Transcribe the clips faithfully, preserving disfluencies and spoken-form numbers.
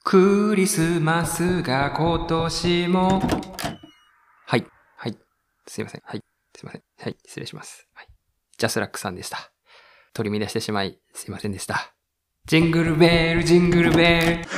クリスマスが今年も。はい。はい。すいません。はい。すいません。はい。失礼します。はい。ジャスラックさんでした。取り乱してしまい、すいませんでした。ジングルベル、ジングルベル。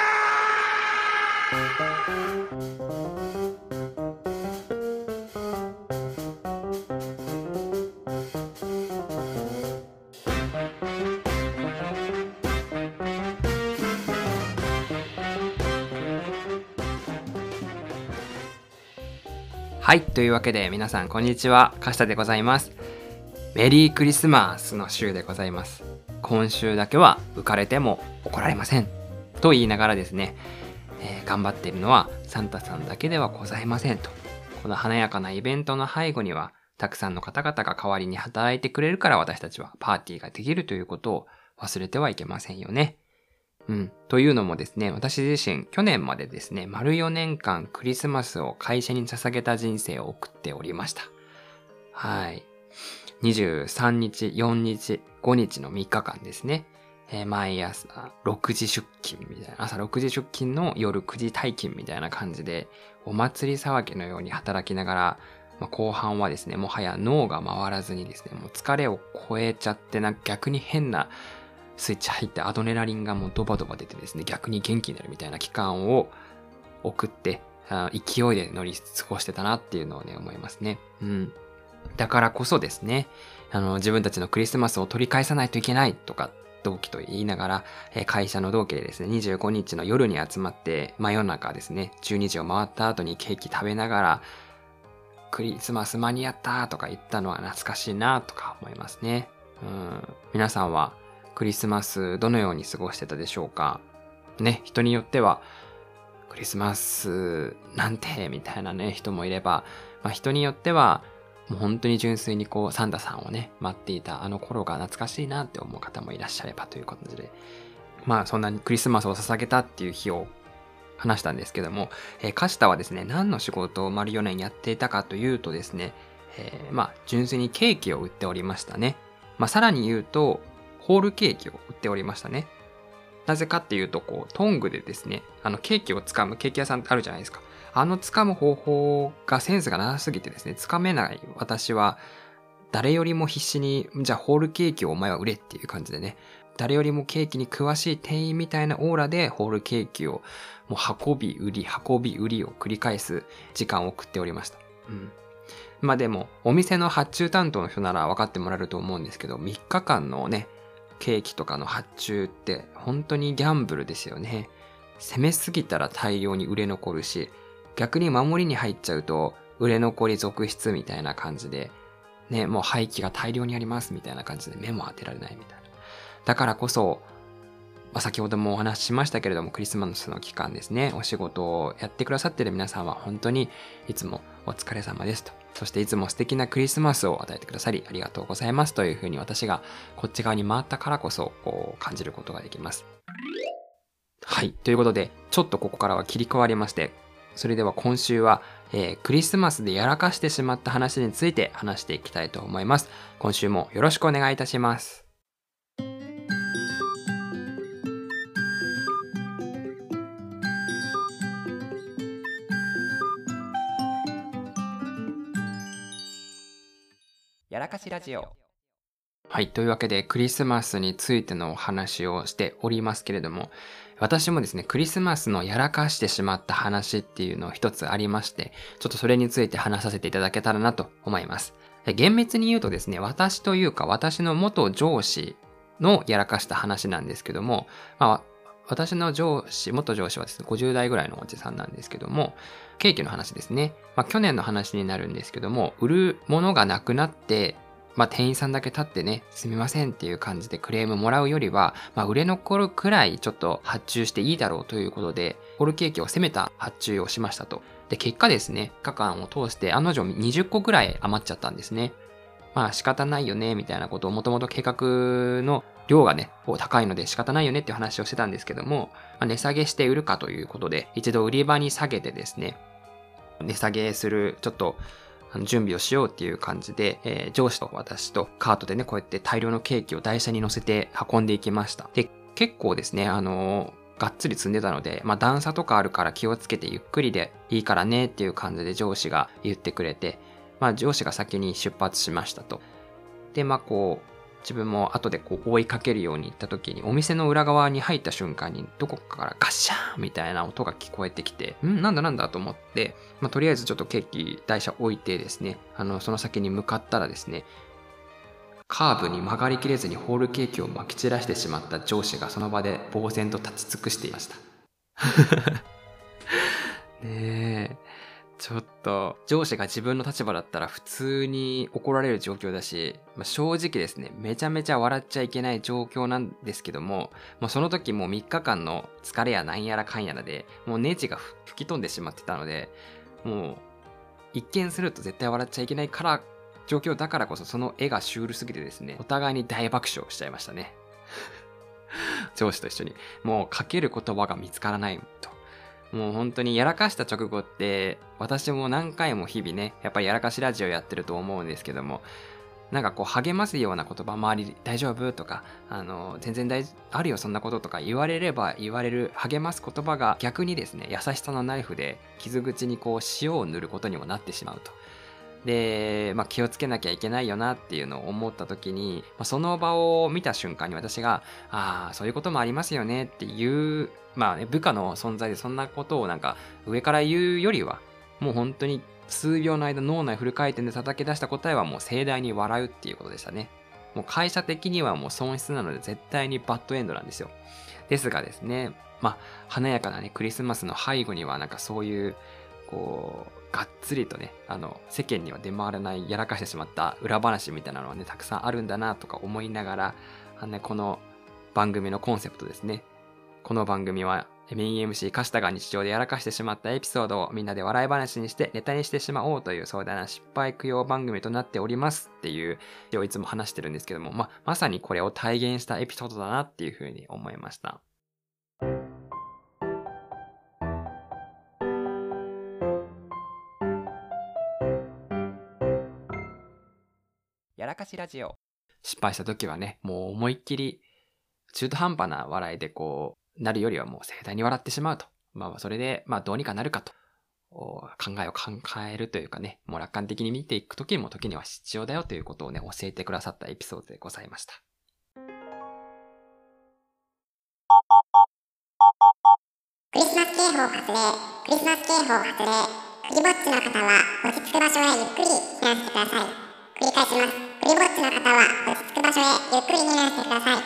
はい。というわけで皆さんこんにちは。カシタでございます。メリークリスマスの週でございます。今週だけは浮かれても怒られません。と言いながらですね、えー、頑張っているのはサンタさんだけではございませんと。この華やかなイベントの背後にはたくさんの方々が代わりに働いてくれるから私たちはパーティーができるということを忘れてはいけませんよね。うん。というのもですね、私自身、去年までですね、丸よねんかんクリスマスを会社に捧げた人生を送っておりました。はい。にじゅうさんにち、よっか、ごにちのみっかかんですね。えー、毎朝ろくじ出勤みたいな、朝ろくじ出勤の夜くじ退勤みたいな感じで、お祭り騒ぎのように働きながら、まあ、後半はですね、もはや脳が回らずにですね、もう疲れを超えちゃって、なんか逆に変な、スイッチ入ってアドレナリンがもうドバドバ出てですね、逆に元気になるみたいな期間を送って、勢いで乗り過ごしてたなっていうのをね、思いますね。うん。だからこそですね、あの、自分たちのクリスマスを取り返さないといけないとか、同期と言いながら、会社の同期でですね、にじゅうごにちの夜に集まって、真夜中ですね、じゅうにじを回った後にケーキ食べながら、クリスマス間に合ったとか言ったのは懐かしいなとか思いますね。うん。皆さんは、クリスマスどのように過ごしてたでしょうかね、人によってはクリスマスなんてみたいなね人もいれば、まあ、人によってはもう本当に純粋にこうサンタさんをね待っていたあの頃が懐かしいなって思う方もいらっしゃればということで、まあそんなにクリスマスを捧げたっていう日を話したんですけども、えー、カシタはですね何の仕事を丸よねんやっていたかというとですね、えー、まあ純粋にケーキを売っておりましたね。まあさらに言うとホールケーキを売っておりましたね。なぜかっていうと、こう、トングでですね、あの、ケーキを掴むケーキ屋さんってあるじゃないですか。あの掴む方法がセンスがなさすぎてですね、掴めない私は、誰よりも必死に、じゃあホールケーキをお前は売れっていう感じでね、誰よりもケーキに詳しい店員みたいなオーラでホールケーキをもう運び売り、運び売りを繰り返す時間を送っておりました。うん。まあでも、お店の発注担当の人なら分かってもらえると思うんですけど、みっかかんのね、ケーキとかの発注って本当にギャンブルですよね。攻めすぎたら大量に売れ残るし、逆に守りに入っちゃうと売れ残り続出みたいな感じで、ね、もう廃棄が大量にありますみたいな感じで目も当てられないみたいな。だからこそ、まあ、先ほどもお話ししましたけれども、クリスマスの期間ですね、お仕事をやってくださっている皆さんは本当にいつもお疲れ様ですと。そしていつも素敵なクリスマスを与えてくださりありがとうございますというふうに私がこっち側に回ったからこそこう感じることができます。はい。ということで、ちょっとここからは切り替わりまして、それでは今週は、えー、クリスマスでやらかしてしまった話について話していきたいと思います。今週もよろしくお願いいたします。やらかしラジオ。はい。というわけで、クリスマスについてのお話をしておりますけれども、私もですね、クリスマスのやらかしてしまった話っていうのを一つありまして、ちょっとそれについて話させていただけたらなと思います。厳密に言うとですね、私というか私の元上司のやらかした話なんですけども、まあ、私の上司、元上司はですね、ごじゅうだいぐらいのおじさんなんですけども、ケーキの話ですね。まあ、去年の話になるんですけども、売るものがなくなって、まあ、店員さんだけ立ってね、すみませんっていう感じでクレームもらうよりは、まあ、売れ残るくらいちょっと発注していいだろうということで、ホールケーキを攻めた発注をしましたと。で、結果ですね、みっかかんを通して案の定にじゅっこくらい余っちゃったんですね。まあ仕方ないよね、みたいなことをもともと計画の量がね、高いので仕方ないよねっていう話をしてたんですけども、まあ、値下げして売るかということで、一度売り場に下げてですね、値下げする、ちょっと、準備をしようっていう感じで、えー、上司と私とカートでね、こうやって大量のケーキを台車に乗せて運んでいきました。で、結構ですね、あのがっつり積んでたので、まあ段差とかあるから気をつけてゆっくりでいいからねっていう感じで上司が言ってくれて、まあ上司が先に出発しましたと。で、まあこう、自分も後でこう追いかけるように行った時に、お店の裏側に入った瞬間にどこかからガッシャーンみたいな音が聞こえてきて、んなんだなんだと思って、まあとりあえずちょっとケーキ台車置いてですね、あの、その先に向かったらですね、カーブに曲がりきれずにホールケーキを撒き散らしてしまった上司がその場で呆然と立ち尽くしていました。ねえ。ちょっと、上司が自分の立場だったら普通に怒られる状況だし、まあ、正直ですね、めちゃめちゃ笑っちゃいけない状況なんですけども、もうその時もうみっかかんの疲れやなんやらかんやらで、もうネジが吹き飛んでしまってたので、もう、一見すると絶対笑っちゃいけないから、状況だからこそその絵がシュールすぎてですね、お互いに大爆笑しちゃいましたね。上司と一緒に。もうかける言葉が見つからないと。もう本当にやらかした直後って、私も何回も日々ね、やっぱりやらかしラジオやってると思うんですけども、なんかこう励ますような言葉、周り大丈夫とか、あの、全然大あるよそんなこととか言われれば言われる励ます言葉が逆にですね、優しさのナイフで傷口にこう塩を塗ることにもなってしまうと。で、まあ、気をつけなきゃいけないよなっていうのを思った時に、まあ、その場を見た瞬間に私が、ああ、そういうこともありますよねっていう、まあね、部下の存在でそんなことをなんか上から言うよりは、もう本当に数秒の間脳内フル回転で叩き出した答えはもう盛大に笑うっていうことでしたね。もう会社的にはもう損失なので絶対にバッドエンドなんですよ。ですがですね、まあ、華やかなね、クリスマスの背後にはなんかそういう、こう、がっつりとね、あの、世間には出回らないやらかしてしまった裏話みたいなのはね、たくさんあるんだなとか思いながら、あのね、この番組のコンセプトですね。この番組はメイン エムシー カシタが日常でやらかしてしまったエピソードをみんなで笑い話にしてネタにしてしまおうという壮大な失敗供養番組となっておりますっていうをいつも話してるんですけども、ま、まさにこれを体現したエピソードだなっていうふうに思いました。やらかしラジオ。失敗した時はね、もう思いっきり中途半端な笑いでこう、なるよりはもう盛大に笑ってしまうと。まあそれで、まあどうにかなるかと。考えを考えるというかね、もう楽観的に見ていく時も時には必要だよということをね、教えてくださったエピソードでございました。 クリスマス警報発令、クリスマス警報発令。クリぼっちの方は落ち着く場所へゆっくり避難してください。繰り返します。クリぼっちの方は落ち着く場所へゆっくり避難してください。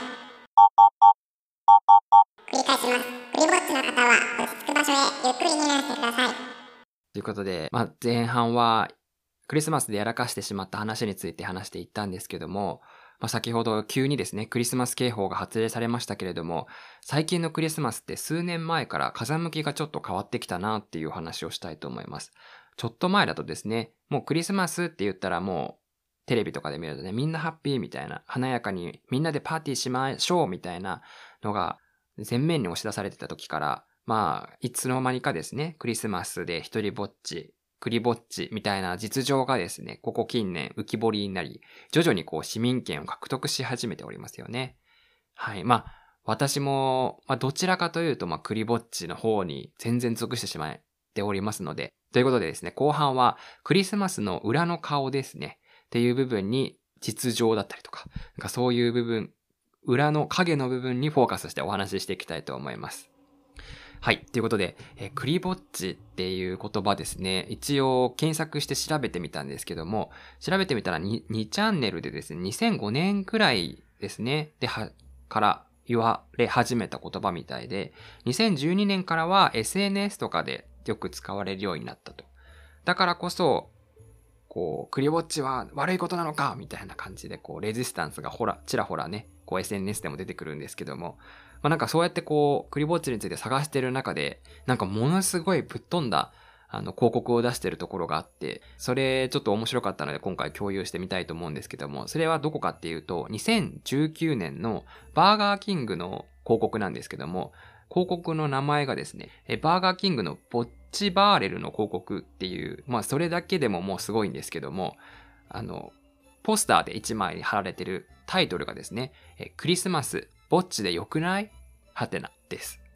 繰り返します。クリぼっちの方は落ち着く場所へゆっくり避難してください。 ということで、まあ前半はクリスマスでやらかしてしまった話について話していったんですけども、まあ、先ほど急にですね、クリスマス警報が発令されましたけれども、最近のクリスマスって数年前から風向きがちょっと変わってきたなっていう話をしたいと思います。ちょっと前だとですね、もうクリスマスって言ったらもうテレビとかで見るとね、みんなハッピーみたいな、華やかにみんなでパーティーしましょうみたいなのが前面に押し出されてた時から、まあ、いつの間にかですね、クリスマスで一人ぼっち、クリぼっちみたいな実情がですね、ここ近年浮き彫りになり、徐々にこう市民権を獲得し始めておりますよね。はい。まあ、私も、まあ、どちらかというと、まあ、クリぼっちの方に全然属してしまっておりますので、ということでですね、後半はクリスマスの裏の顔ですね、っていう部分に実情だったりとか、なんかそういう部分、裏の影の部分にフォーカスしてお話ししていきたいと思います。はい。ということで、えー、クリぼっちっていう言葉ですね。一応検索して調べてみたんですけども、調べてみたら 2, 2チャンネルでですね、にせんごねんくらいですね、で、は、から言われ始めた言葉みたいで、にせんじゅうにねんからは エスエヌエス とかでよく使われるようになったと。だからこそ、こう、クリぼっちは悪いことなのかみたいな感じで、こう、レジスタンスがほら、ちらほらね、こう エスエヌエス でも出てくるんですけども、まあなんかそうやってこう、クリぼっちについて探してる中で、なんかものすごいぶっ飛んだ、あの、広告を出してるところがあって、それちょっと面白かったので今回共有してみたいと思うんですけども、それはどこかっていうと、にせんじゅうきゅうねんのバーガーキングの広告なんですけども、広告の名前がですね、バーガーキングのぼっちバーレルの広告っていう、まあそれだけでももうすごいんですけども、あの、ポスターでいちまいに貼られてるタイトルがですね、クリスマスぼっちでよくない？はてなです。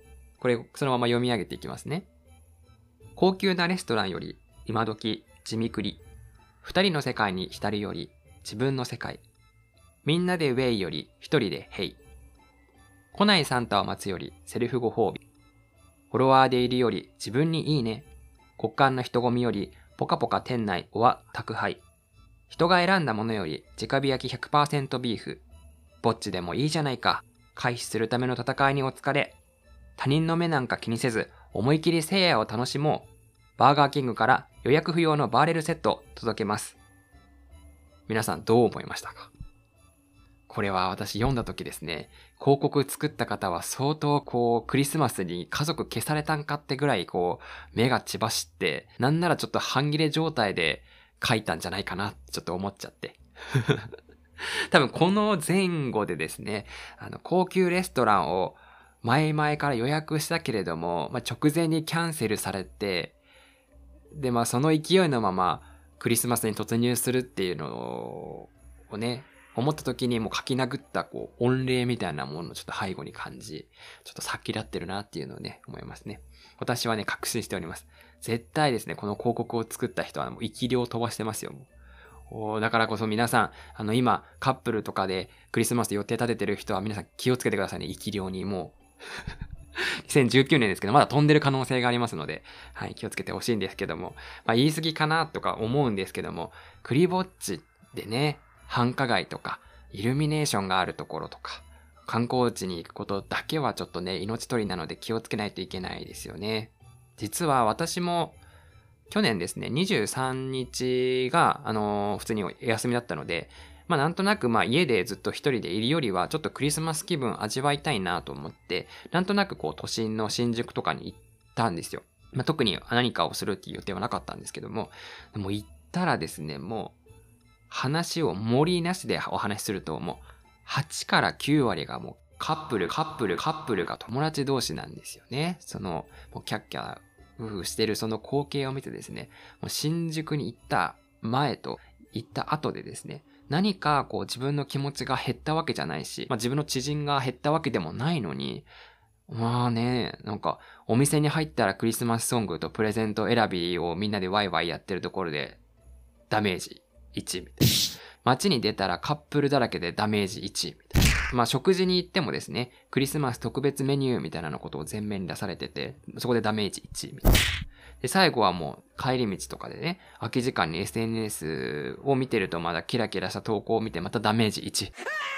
これそのまま読み上げていきますね。高級なレストランより今時地味くり。二人の世界に浸るより自分の世界。みんなでウェイより一人でヘイ。来ないサンタを待つよりセルフご褒美。フォロワーでいるより自分にいいね。極寒の人混みよりポカポカ店内おわ宅配。人が選んだものより直火焼き ひゃくパーセント ビーフ。ぼっちでもいいじゃないか。回避するための戦いにお疲れ。他人の目なんか気にせず思い切り聖夜を楽しもう。バーガーキングから予約不要のバーレルセット届けます。皆さんどう思いましたか？これは私読んだ時ですね、広告作った方は相当こうクリスマスに家族消されたんかってぐらいこう目が血走って、なんならちょっと半切れ状態で書いたんじゃないかなちょっと思っちゃって。多分この前後でですね、あの高級レストランを前々から予約したけれども、まあ、直前にキャンセルされて、でまあその勢いのままクリスマスに突入するっていうのをね、思った時にもう書き殴ったこう御礼みたいなものをちょっと背後に感じ、ちょっと殺気立ってるなっていうのをね、思いますね。私はね、確信しております。絶対ですね、この広告を作った人はもう生き量を飛ばしてますよ。もうだからこそ皆さん、あの今カップルとかでクリスマス予定立ててる人は皆さん気をつけてくださいね、生き量に。もうにせんじゅうきゅうねんですけど、まだ飛んでる可能性がありますので、はい、気をつけてほしいんですけども、まあ言い過ぎかなとか思うんですけども、クリぼっちでね、繁華街とかイルミネーションがあるところとか観光地に行くことだけはちょっとね、命取りなので気をつけないといけないですよね。実は私も去年ですね、にじゅうさんにちがあのー、普通にお休みだったので、まあなんとなくまあ家でずっと一人でいるよりはちょっとクリスマス気分味わいたいなと思って、なんとなくこう都心の新宿とかに行ったんですよ。まあ特に何かをするっていう予定はなかったんですけども、でも行ったらですね、もう話を盛りなしでお話しするともうはちからきゅうわりがもうカップルカップルカップルが友達同士なんですよね。そのもうキャッキャ夫婦してるその光景を見てですね、もう新宿に行った前と行った後でですね、何かこう自分の気持ちが減ったわけじゃないし、まあ、自分の知人が減ったわけでもないのに、まあね、なんかお店に入ったらクリスマスソングとプレゼント選びをみんなでワイワイやってるところでダメージいちみたいな。街に出たらカップルだらけでダメージいちみたいな。まあ食事に行ってもですね、クリスマス特別メニューみたいなのことを前面に出されてて、そこでダメージいちみたいな。で、最後はもう帰り道とかでね、空き時間に エスエヌエス を見てるとまだキラキラした投稿を見てまたダメージいち。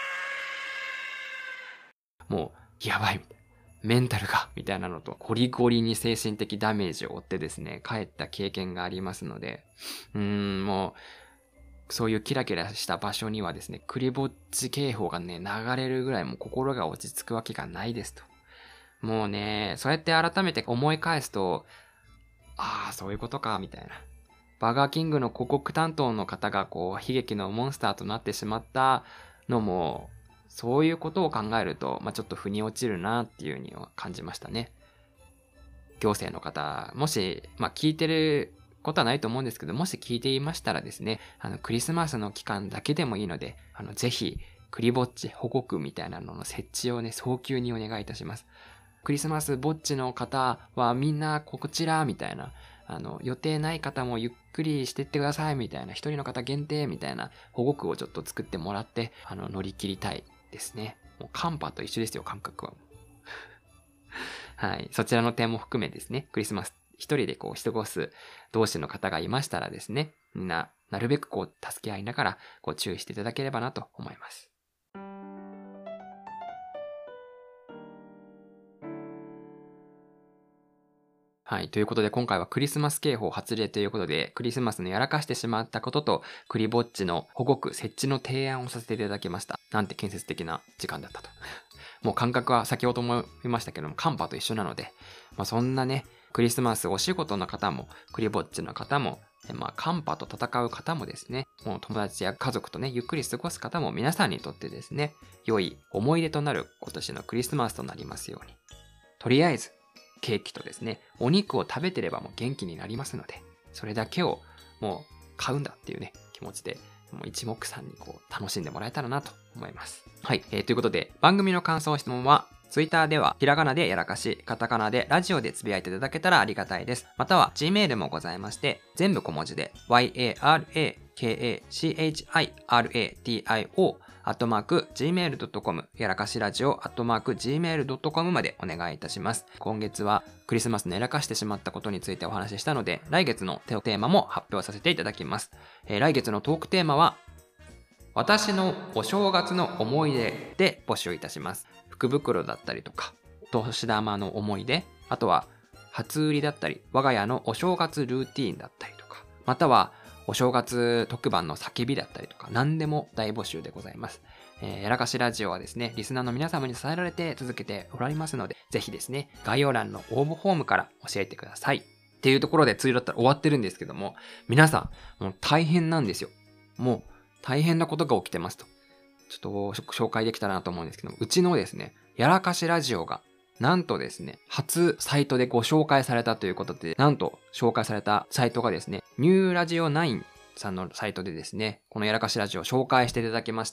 もう、やばいみたいな。メンタルがみたいなのとゴリゴリに精神的ダメージを負ってですね、帰った経験がありますので、うーん、もう、そういうキラキラした場所にはですね、クリぼっち警報がね、流れるぐらいもう心が落ち着くわけがないですと。もうね、そうやって改めて思い返すと、ああ、そういうことか、みたいな。バーガーキングの広告担当の方がこう、悲劇のモンスターとなってしまったのも、そういうことを考えると、まあ、ちょっと腑に落ちるなっていうには感じましたね。行政の方、もし、まあ、聞いてることはないと思うんですけど、もし聞いていましたらですね、あの、クリスマスの期間だけでもいいので、あの、ぜひ、クリぼっち保護区みたいなのの設置をね、早急にお願いいたします。クリスマスぼっちの方はみんなこちらみたいな、あの、予定ない方もゆっくりしてってくださいみたいな、一人の方限定みたいな保護区をちょっと作ってもらって、あの、乗り切りたいですね。もうカンパと一緒ですよ、感覚は。はい。そちらの点も含めですね、クリスマス一人でこう過ごす同士の方がいましたらですね、みんな、なるべくこう、助け合いながら、こう、注意していただければなと思います。はい。ということで、今回はクリスマス警報発令ということで、クリスマスのやらかしてしまったことと、クリぼっちの保護区設置の提案をさせていただきました。なんて建設的な時間だったと。もう感覚は先ほども言いましたけども、カンパと一緒なので、まあそんなね、クリスマスお仕事の方も、クリぼっちの方も、まあカンパと戦う方もですね、もう友達や家族とね、ゆっくり過ごす方も皆さんにとってですね、良い思い出となる今年のクリスマスとなりますように。とりあえず、ケーキとですね、お肉を食べてればもう元気になりますので、それだけをもう買うんだっていうね、気持ちで、もう一目散にこう楽しんでもらえたらなと思います。はい、えー。ということで、番組の感想、質問はツイッターでは、ひらがなでやらかし、カタカナでラジオでつぶやいていただけたらありがたいです。または、Gmail もございまして、全部小文字で、ワイエーアールエーケーエーシーエイチアイアールエーティーアイオー アットマーク ジーメールドットコム やらかしラジオアットマーク ジーメールドットコム までお願いいたします。今月はクリスマスのやらかしてしまったことについてお話ししたので、来月のテーマも発表させていただきます。えー、来月のトークテーマは、私のお正月の思い出で募集いたします。福袋だったりとか、お年玉の思い出、あとは初売りだったり、我が家のお正月ルーティーンだったりとか、またはお正月特番の叫びだったりとか、何でも大募集でございます。えー、やらかしラジオはですね、リスナーの皆様に支えられて続けておられますので、ぜひですね、概要欄の応募フォームから教えてください。っていうところでツイートだったら終わってるんですけども、皆さん、もう大変なんですよ。もう大変なことが起きてますと。ちょっと紹介できたらなと思うんですけども、うちのですね、やらかしラジオが、なんとですね、初サイトでご紹介されたということで、なんと紹介されたサイトがですね、ニューラジオナインさんのサイトでですね、このやらかしラジオを紹介していただきました。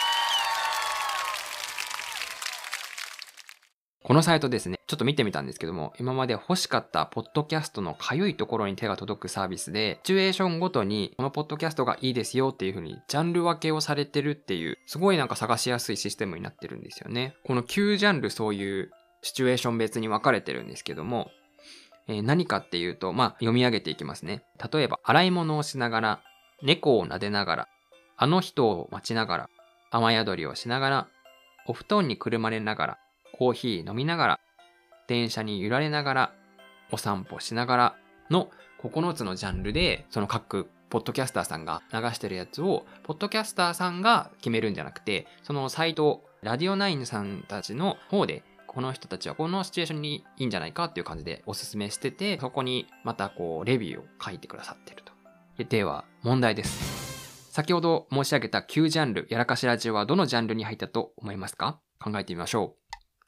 このサイトですね、ちょっと見てみたんですけども、今まで欲しかったポッドキャストのかゆいところに手が届くサービスで、シチュエーションごとにこのポッドキャストがいいですよっていう風にジャンル分けをされてるっていう、すごいなんか探しやすいシステムになってるんですよね。このきゅうジャンルそういうシチュエーション別に分かれてるんですけども、えー、何かっていうと、まあ読み上げていきますね。例えば、洗い物をしながら、猫を撫でながら、あの人を待ちながら、雨宿りをしながら、お布団にくるまれながら、コーヒー飲みながら、電車に揺られながら、お散歩しながらのここのつのジャンルで、その各ポッドキャスターさんが流してるやつを、ポッドキャスターさんが決めるんじゃなくて、そのサイト、ラディオナインさんたちの方で、この人たちはこのシチュエーションにいいんじゃないかっていう感じでおすすめしてて、そこにまたこう、レビューを書いてくださってると。では、問題です。先ほど申し上げたきゅうジャンル、やらかしラジオはどのジャンルに入ったと思いますか？考えてみましょう。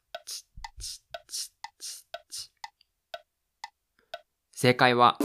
正解は、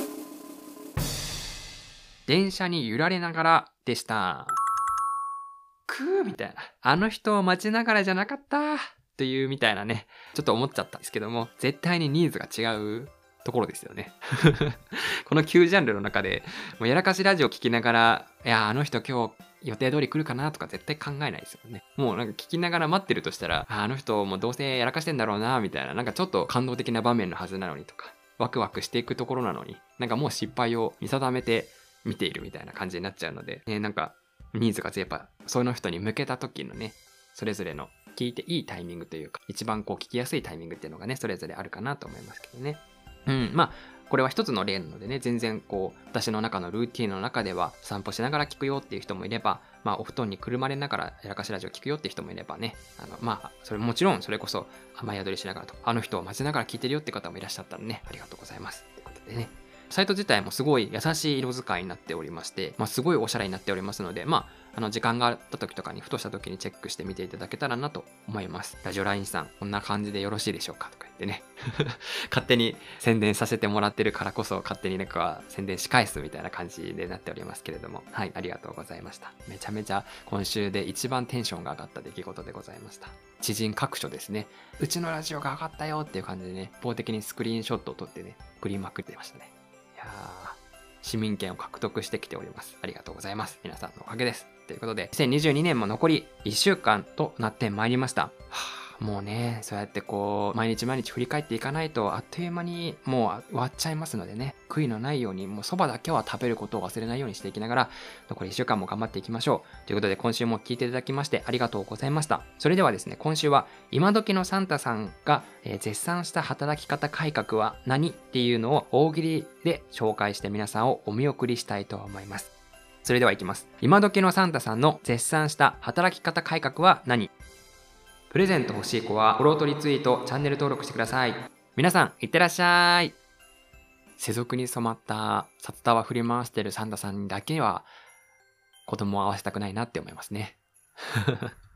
電車に揺られながらでした。くーみたいな。あの人を待ちながらじゃなかったというみたいなね、ちょっと思っちゃったんですけども、絶対にニーズが違うところですよね。このきゅうジャンルの中で、もうやらかしラジオ聞きながら、いや、あの人今日予定通り来るかなとか絶対考えないですよね。もうなんか聞きながら待ってるとしたら、あ、あの人もうどうせやらかしてんだろうな、みたいな、なんかちょっと感動的な場面のはずなのにとか、ワクワクしていくところなのに、なんかもう失敗を見定めて見ているみたいな感じになっちゃうので、ね、なんかニーズがやっぱその人に向けた時のね、それぞれの聞いていいタイミングというか、一番こう聞きやすいタイミングっていうのがね、それぞれあるかなと思いますけどね。うん、まあ、これは一つの例なのでね、全然こう、私の中のルーティンの中では、散歩しながら聞くよっていう人もいれば、まあ、お布団にくるまれながらやらかしラジオ聞くよっていう人もいればね、あの、まあ、それもちろん、それこそ、雨宿りしながらとか、あの人を待ちながら聞いてるよって方もいらっしゃったらね、ありがとうございます。ということでね。サイト自体もすごい優しい色使いになっておりまして、まあ、すごいおしゃれになっておりますので、まあ、あの、時間があった時とかに、ふとした時にチェックしてみていただけたらなと思います。ラジオラインさん、こんな感じでよろしいでしょうかとか言ってね。勝手に宣伝させてもらってるからこそ、勝手になんか宣伝し返すみたいな感じでなっておりますけれども、はい、ありがとうございました。めちゃめちゃ今週で一番テンションが上がった出来事でございました。知人各所ですね。うちのラジオが上がったよっていう感じでね、一方的にスクリーンショットを撮ってね、送りまくってましたね。いやー、市民権を獲得してきております。ありがとうございます。皆さんのおかげです。ということで、にせんにじゅうにねんも残りいっしゅうかんとなってまいりました。はあ、もうね、そうやってこう、毎日毎日振り返っていかないと、あっという間にもう終わっちゃいますのでね、悔いのないように、もうそばだけは食べることを忘れないようにしていきながら、残りいっしゅうかんも頑張っていきましょう。ということで、今週も聞いていただきましてありがとうございました。それではですね、今週は、今時のサンタさんが、えー、絶賛した働き方改革は何っていうのを大喜利で紹介して皆さんをお見送りしたいと思います。それではいきます。今時のサンタさんの絶賛した働き方改革は何？プレゼント欲しい子はフォローとリツイート、チャンネル登録してください。皆さん、いってらっしゃい。世俗に染まった札束振り回してるサンタさんにだけは子供を合わせたくないなって思いますね。